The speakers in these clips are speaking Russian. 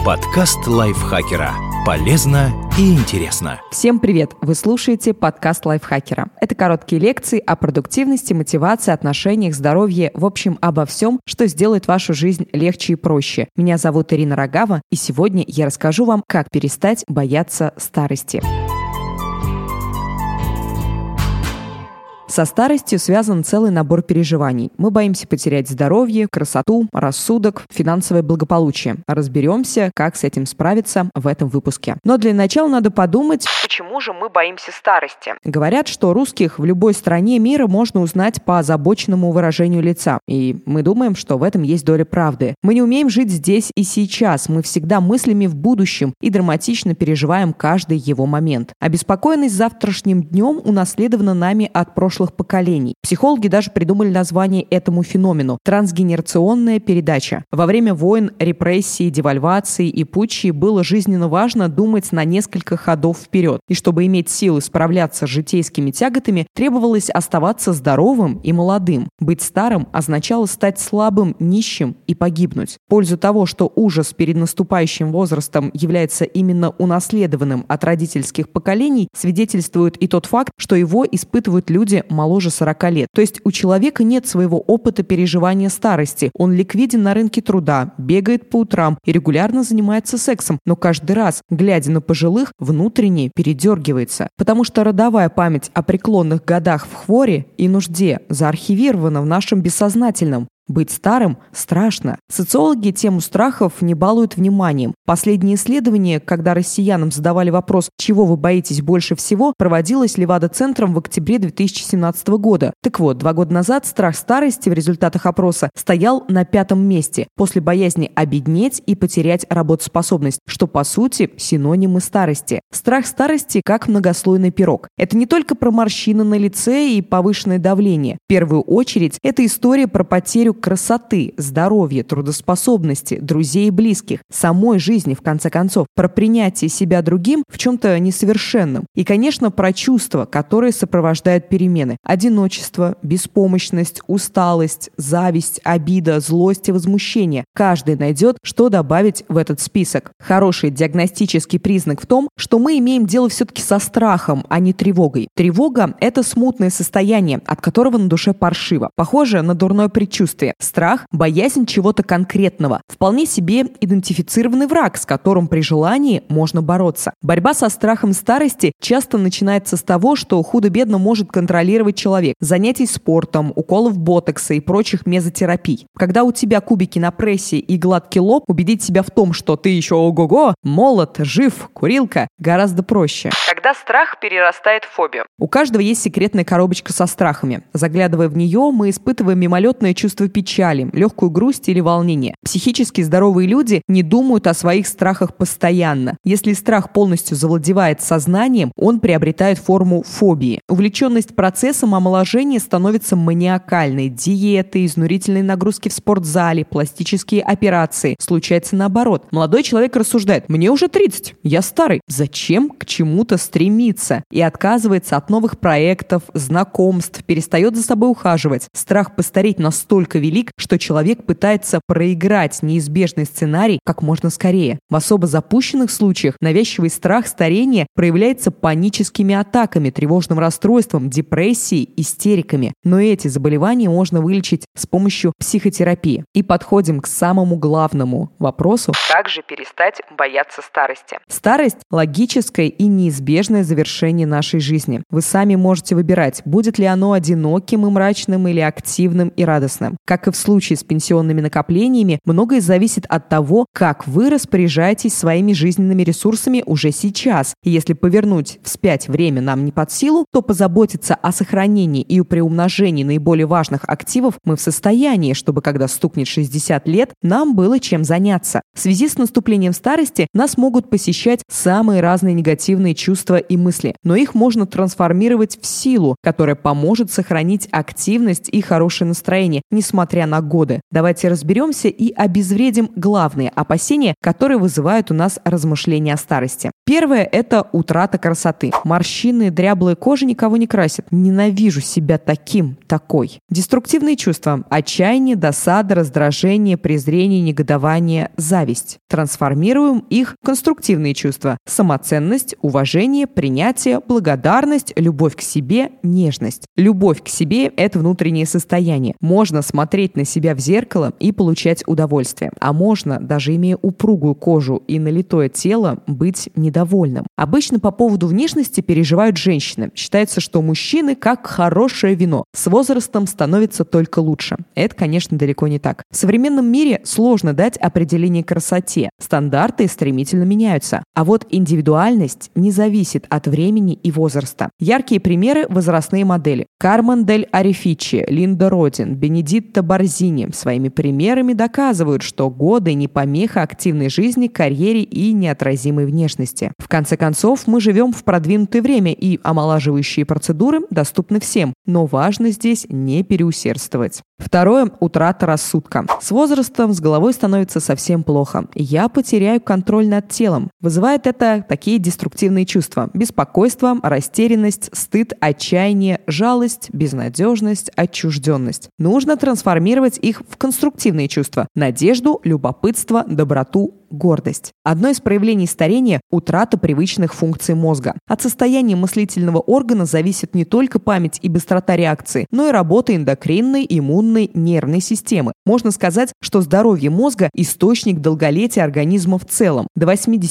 Подкаст лайфхакера. Полезно и интересно. Всем привет! Вы слушаете подкаст лайфхакера. Это короткие лекции о продуктивности, мотивации, отношениях, здоровье, в общем, обо всем, что сделает вашу жизнь легче и проще. Меня зовут Ирина Рогава, и сегодня я расскажу вам, как перестать бояться старости. Со старостью связан целый набор переживаний. Мы боимся потерять здоровье, красоту, рассудок, финансовое благополучие. Разберемся, как с этим справиться в этом выпуске. Но для начала надо подумать, почему же мы боимся старости? Говорят, что русских в любой стране мира можно узнать по озабоченному выражению лица. И мы думаем, что в этом есть доля правды. Мы не умеем жить здесь и сейчас. Мы всегда мыслями в будущем и драматично переживаем каждый его момент. Обеспокоенность завтрашним днем унаследована нами от прошлых поколений. Психологи даже придумали название этому феномену – трансгенерационная передача. Во время войн, репрессий, девальвации и путчей было жизненно важно думать на несколько ходов вперед. И чтобы иметь силы справляться с житейскими тяготами, требовалось оставаться здоровым и молодым. Быть старым означало стать слабым, нищим и погибнуть. В пользу того, что ужас перед наступающим возрастом является именно унаследованным от родительских поколений, свидетельствует и тот факт, что его испытывают люди моложе 40 лет. То есть у человека нет своего опыта переживания старости. Он ликвиден на рынке труда, бегает по утрам и регулярно занимается сексом, но каждый раз, глядя на пожилых, внутренне передергивается. Потому что родовая память о преклонных годах в хворе и нужде заархивирована в нашем бессознательном. Быть старым страшно. Социологи тему страхов не балуют вниманием. Последнее исследование, когда россиянам задавали вопрос, чего вы боитесь больше всего, проводилось Левада-центром в октябре 2017 года. Так вот, 2 года назад страх старости в результатах опроса стоял на 5-м месте, после боязни обеднеть и потерять работоспособность, что, по сути, синонимы старости. Страх старости как многослойный пирог. Это не только про морщины на лице и повышенное давление. В первую очередь, это история про потерю красоты, здоровья, трудоспособности, друзей и близких, самой жизни, в конце концов, про принятие себя другим в чем-то несовершенном. И, конечно, про чувства, которые сопровождают перемены. Одиночество, беспомощность, усталость, зависть, обида, злость и возмущение. Каждый найдет, что добавить в этот список. Хороший диагностический признак в том, что мы имеем дело все-таки со страхом, а не тревогой. Тревога – это смутное состояние, от которого на душе паршиво. Похоже на дурное предчувствие. Страх – боязнь чего-то конкретного. Вполне себе идентифицированный враг, с которым при желании можно бороться. Борьба со страхом старости часто начинается с того, что худо-бедно может контролировать человек. Занятий спортом, уколов ботокса и прочих мезотерапий. Когда у тебя кубики на прессе и гладкий лоб, убедить себя в том, что ты еще ого-го, молод, жив, курилка, гораздо проще. Когда страх перерастает в фобию. У каждого есть секретная коробочка со страхами. Заглядывая в нее, мы испытываем мимолетное чувство печали, легкую грусть или волнение. Психически здоровые люди не думают о своих страхах постоянно. Если страх полностью завладевает сознанием, он приобретает форму фобии. Увлеченность процессом омоложения становится маниакальной. Диеты, изнурительные нагрузки в спортзале, пластические операции. Случается наоборот. Молодой человек рассуждает: «Мне уже 30, я старый. Зачем к чему-то стремиться?» И отказывается от новых проектов, знакомств, перестает за собой ухаживать. Страх постареть настолько велик, что человек пытается проиграть неизбежный сценарий как можно скорее. В особо запущенных случаях навязчивый страх старения проявляется паническими атаками, тревожным расстройством, депрессией, истериками. Но эти заболевания можно вылечить с помощью психотерапии. И подходим к самому главному вопросу: как же перестать бояться старости? Старость – логическое и неизбежное завершение нашей жизни. Вы сами можете выбирать, будет ли оно одиноким и мрачным или активным и радостным. Как и в случае с пенсионными накоплениями, многое зависит от того, как вы распоряжаетесь своими жизненными ресурсами уже сейчас. И если повернуть вспять время нам не под силу, то позаботиться о сохранении и приумножении наиболее важных активов мы в состоянии, чтобы когда стукнет 60 лет, нам было чем заняться. В связи с наступлением старости нас могут посещать самые разные негативные чувства и мысли, но их можно трансформировать в силу, которая поможет сохранить активность и хорошее настроение, несмотря несмотря на годы. Давайте разберемся и обезвредим главные опасения, которые вызывают у нас размышления о старости. Первое – это утрата красоты. Морщины, дряблая кожа никого не красят. Ненавижу себя таким, такой. Деструктивные чувства – отчаяние, досада, раздражение, презрение, негодование, зависть. Трансформируем их в конструктивные чувства – самоценность, уважение, принятие, благодарность, любовь к себе, нежность. Любовь к себе – это внутреннее состояние. Можно смотреть на себя в зеркало и получать удовольствие. А можно, даже имея упругую кожу и налитое тело, быть недовольным. Обычно по поводу внешности переживают женщины. Считается, что мужчины как хорошее вино. С возрастом становится только лучше. Это, конечно, далеко не так. В современном мире сложно дать определение красоте. Стандарты стремительно меняются. А вот индивидуальность не зависит от времени и возраста. Яркие примеры – возрастные модели. Кармен дель Арефичи, Линда Родин, Бенедитта Борзини своими примерами доказывают, что годы не помеха активной жизни, карьере и неотразимой внешности. В конце концов, мы живем в продвинутое время, и омолаживающие процедуры доступны всем, но важно здесь не переусердствовать. Второе – утрата рассудка. С возрастом с головой становится совсем плохо. Я потеряю контроль над телом. Вызывает это такие деструктивные чувства: беспокойство, растерянность, стыд, отчаяние, жалость, безнадежность, отчужденность. Нужно трансформировать их в конструктивные чувства: надежду, любопытство, доброту, гордость. Одно из проявлений старения – утрата привычных функций мозга. От состояния мыслительного органа зависит не только память и быстрота реакции, но и работа эндокринной, иммунной, нервной системы. Можно сказать, что здоровье мозга – источник долголетия организма в целом. До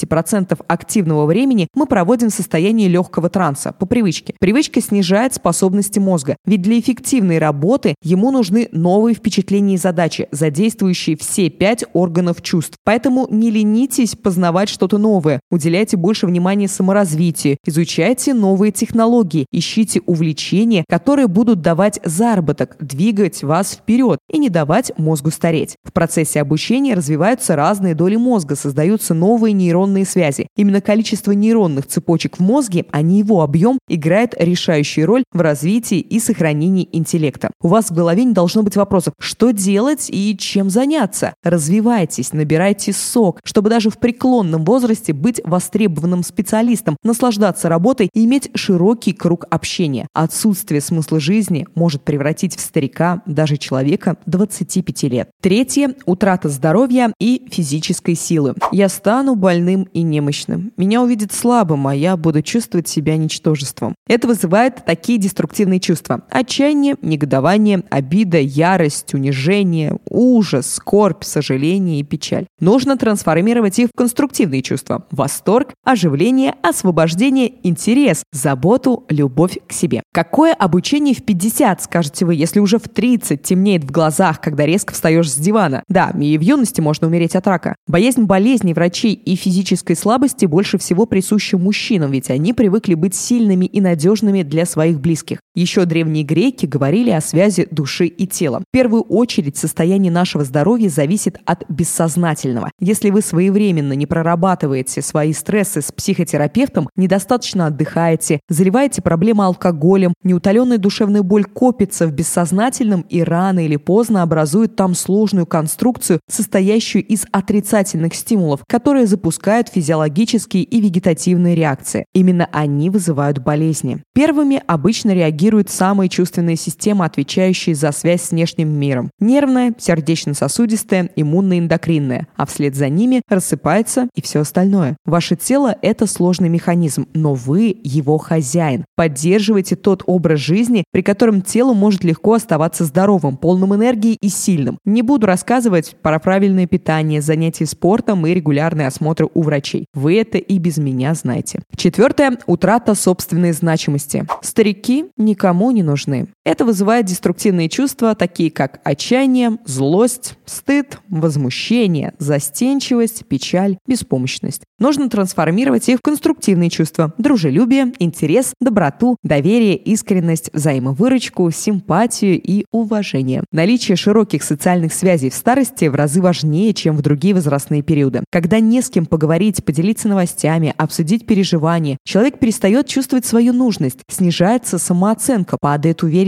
80% активного времени мы проводим в состоянии легкого транса, по привычке. Привычка снижает способности мозга, ведь для эффективной работы ему нужны новые впечатления и задачи, задействующие все 5 органов чувств. Поэтому не ленитесь познавать что-то новое, уделяйте больше внимания саморазвитию, изучайте новые технологии, ищите увлечения, которые будут давать заработок, двигать вас вперед и не давать мозгу стареть. В процессе обучения развиваются разные доли мозга, создаются новые нейронные связи. Именно количество нейронных цепочек в мозге, а не его объем, играет решающую роль в развитии и сохранении интеллекта. У вас в голове не должно быть вопросов, что делать и чем заняться. Развивайтесь, набирайте сок, чтобы даже в преклонном возрасте быть востребованным специалистом, наслаждаться работой и иметь широкий круг общения. Отсутствие смысла жизни может превратить в старика даже человека 25 лет. Третье – утрата здоровья и физической силы. Я стану больным и немощным. Меня увидят слабым, а я буду чувствовать себя ничтожеством. Это вызывает такие деструктивные чувства: отчаяние, негодование, обида, ярость, унижение, ужас, скорбь, сожаление и печаль. Нужно трансформировать их в конструктивные чувства: восторг, оживление, освобождение, интерес, заботу, любовь к себе. Какое обучение в 50, скажете вы, если уже в 30 темнеет в глазах, когда резко встаешь с дивана? Да, и в юности можно умереть от рака. Боязнь болезней, врачей и физической слабости больше всего присуща мужчинам, ведь они привыкли быть сильными и надежными для своих близких. Еще древние греки говорили о связи души и тела. В первую очередь состояние нашего здоровья зависит от бессознательного. Если вы своевременно не прорабатываете свои стрессы с психотерапевтом, недостаточно отдыхаете, заливаете проблемы алкоголем, неутоленная душевная боль копится в бессознательном и рано или поздно образует там сложную конструкцию, состоящую из отрицательных стимулов, которые запускают физиологические и вегетативные реакции. Именно они вызывают болезни. Первыми обычно реагируют самые чувственные системы, отвечающие за связь с внешним миром: нервная, сердечно-сосудистая, иммунно-эндокринная, а вслед за ними рассыпается и все остальное. Ваше тело – это сложный механизм, но вы его хозяин. Поддерживайте тот образ жизни, при котором тело может легко оставаться здоровым, полным энергии и сильным. Не буду рассказывать про правильное питание, занятия спортом и регулярные осмотры у врачей. Вы это и без меня знаете. Четвертое – утрата собственной значимости. Старики никому не нужны. Это вызывает деструктивные чувства, такие как отчаяние, злость, стыд, возмущение, застенчивость, печаль, беспомощность. Нужно трансформировать их в конструктивные чувства: дружелюбие, интерес, доброту, доверие, искренность, взаимовыручку, симпатию и уважение. Наличие широких социальных связей в старости в разы важнее, чем в другие возрастные периоды. Когда не с кем поговорить, поделиться новостями, обсудить переживания, человек перестает чувствовать свою нужность, снижается самооценка, падает уверенность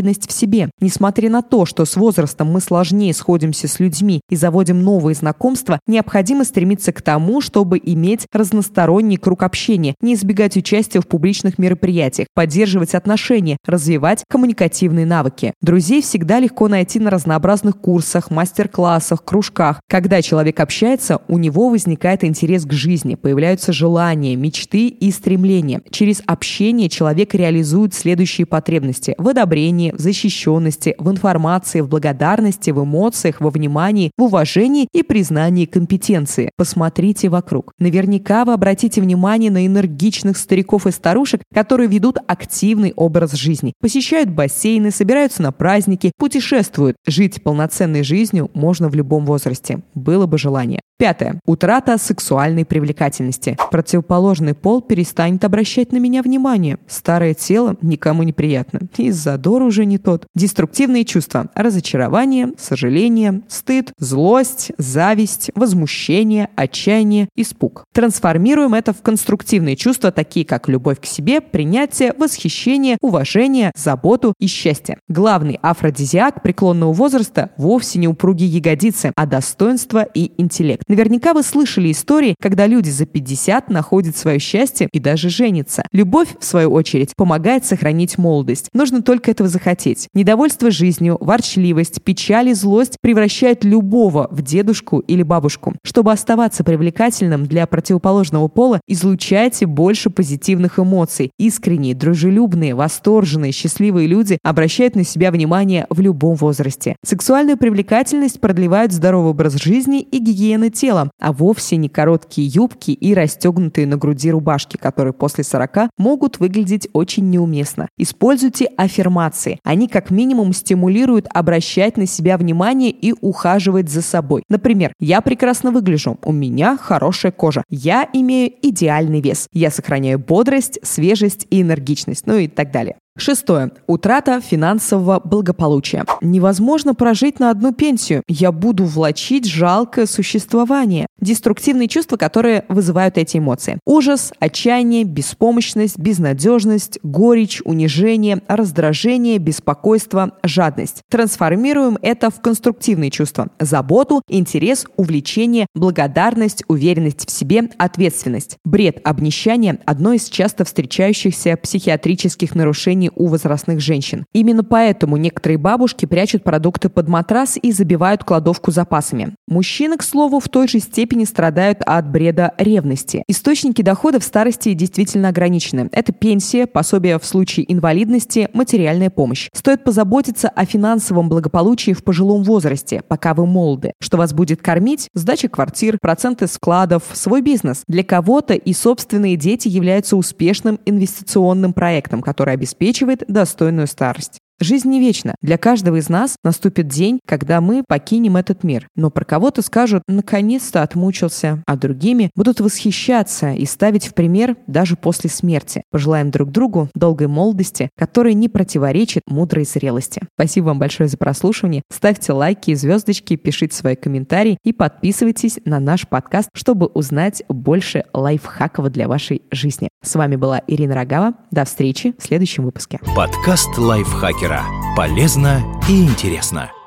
уверенность в себе. Несмотря на то, что с возрастом мы сложнее сходимся с людьми и заводим новые знакомства, необходимо стремиться к тому, чтобы иметь разносторонний круг общения, не избегать участия в публичных мероприятиях, поддерживать отношения, развивать коммуникативные навыки. Друзей всегда легко найти на разнообразных курсах, мастер-классах, кружках. Когда человек общается, у него возникает интерес к жизни, появляются желания, мечты и стремления. Через общение человек реализует следующие потребности: в одобрении, в защищенности, в информации, в благодарности, в эмоциях, во внимании, в уважении и признании компетенции. Посмотрите вокруг. Наверняка вы обратите внимание на энергичных стариков и старушек, которые ведут активный образ жизни, посещают бассейны, собираются на праздники, путешествуют. Жить полноценной жизнью можно в любом возрасте. Было бы желание. 5. Утрата сексуальной привлекательности. Противоположный пол перестанет обращать на меня внимание. Старое тело никому не приятно. И задор уже не тот. Деструктивные чувства. Разочарование, сожаление, стыд, злость, зависть, возмущение, отчаяние, испуг. Трансформируем это в конструктивные чувства, такие как любовь к себе, принятие, восхищение, уважение, заботу и счастье. Главный афродизиак преклонного возраста вовсе не упругие ягодицы, а достоинство и интеллект. Наверняка вы слышали истории, когда люди за 50 находят свое счастье и даже женятся. Любовь, в свою очередь, помогает сохранить молодость. Нужно только этого захотеть. Недовольство жизнью, ворчливость, печаль и злость превращают любого в дедушку или бабушку. Чтобы оставаться привлекательным для противоположного пола, излучайте больше позитивных эмоций. Искренние, дружелюбные, восторженные, счастливые люди обращают на себя внимание в любом возрасте. Сексуальную привлекательность продлевают здоровый образ жизни и гигиена тела, а вовсе не короткие юбки и расстегнутые на груди рубашки, которые после 40 могут выглядеть очень неуместно. Используйте аффирмации. Они как минимум стимулируют обращать на себя внимание и ухаживать за собой. Например, я прекрасно выгляжу, у меня хорошая кожа, я имею идеальный вес, я сохраняю бодрость, свежесть и энергичность, и так далее. 6. Утрата финансового благополучия. Невозможно прожить на одну пенсию. Я буду влачить жалкое существование. Деструктивные чувства, которые вызывают эти эмоции. Ужас, отчаяние, беспомощность, безнадежность, горечь, унижение, раздражение, беспокойство, жадность. Трансформируем это в конструктивные чувства. Заботу, интерес, увлечение, благодарность, уверенность в себе, ответственность. Бред, обнищание – одно из часто встречающихся психиатрических нарушений у возрастных женщин. Именно поэтому некоторые бабушки прячут продукты под матрас и забивают кладовку запасами. Мужчины, к слову, в той же степени страдают от бреда ревности. Источники дохода в старости действительно ограничены. Это пенсия, пособие в случае инвалидности, материальная помощь. Стоит позаботиться о финансовом благополучии в пожилом возрасте, пока вы молоды. Что вас будет кормить? Сдача квартир, проценты с вкладов, свой бизнес. Для кого-то и собственные дети являются успешным инвестиционным проектом, который обеспечивает достойную старость. Жизнь не вечна. Для каждого из нас наступит день, когда мы покинем этот мир. Но про кого-то скажут «наконец-то отмучился», а другими будут восхищаться и ставить в пример даже после смерти. Пожелаем друг другу долгой молодости, которая не противоречит мудрой зрелости. Спасибо вам большое за прослушивание. Ставьте лайки и звездочки, пишите свои комментарии и подписывайтесь на наш подкаст, чтобы узнать больше лайфхаков для вашей жизни. С вами была Ирина Рогава. До встречи в следующем выпуске. Подкаст лайфхакера. Полезно и интересно.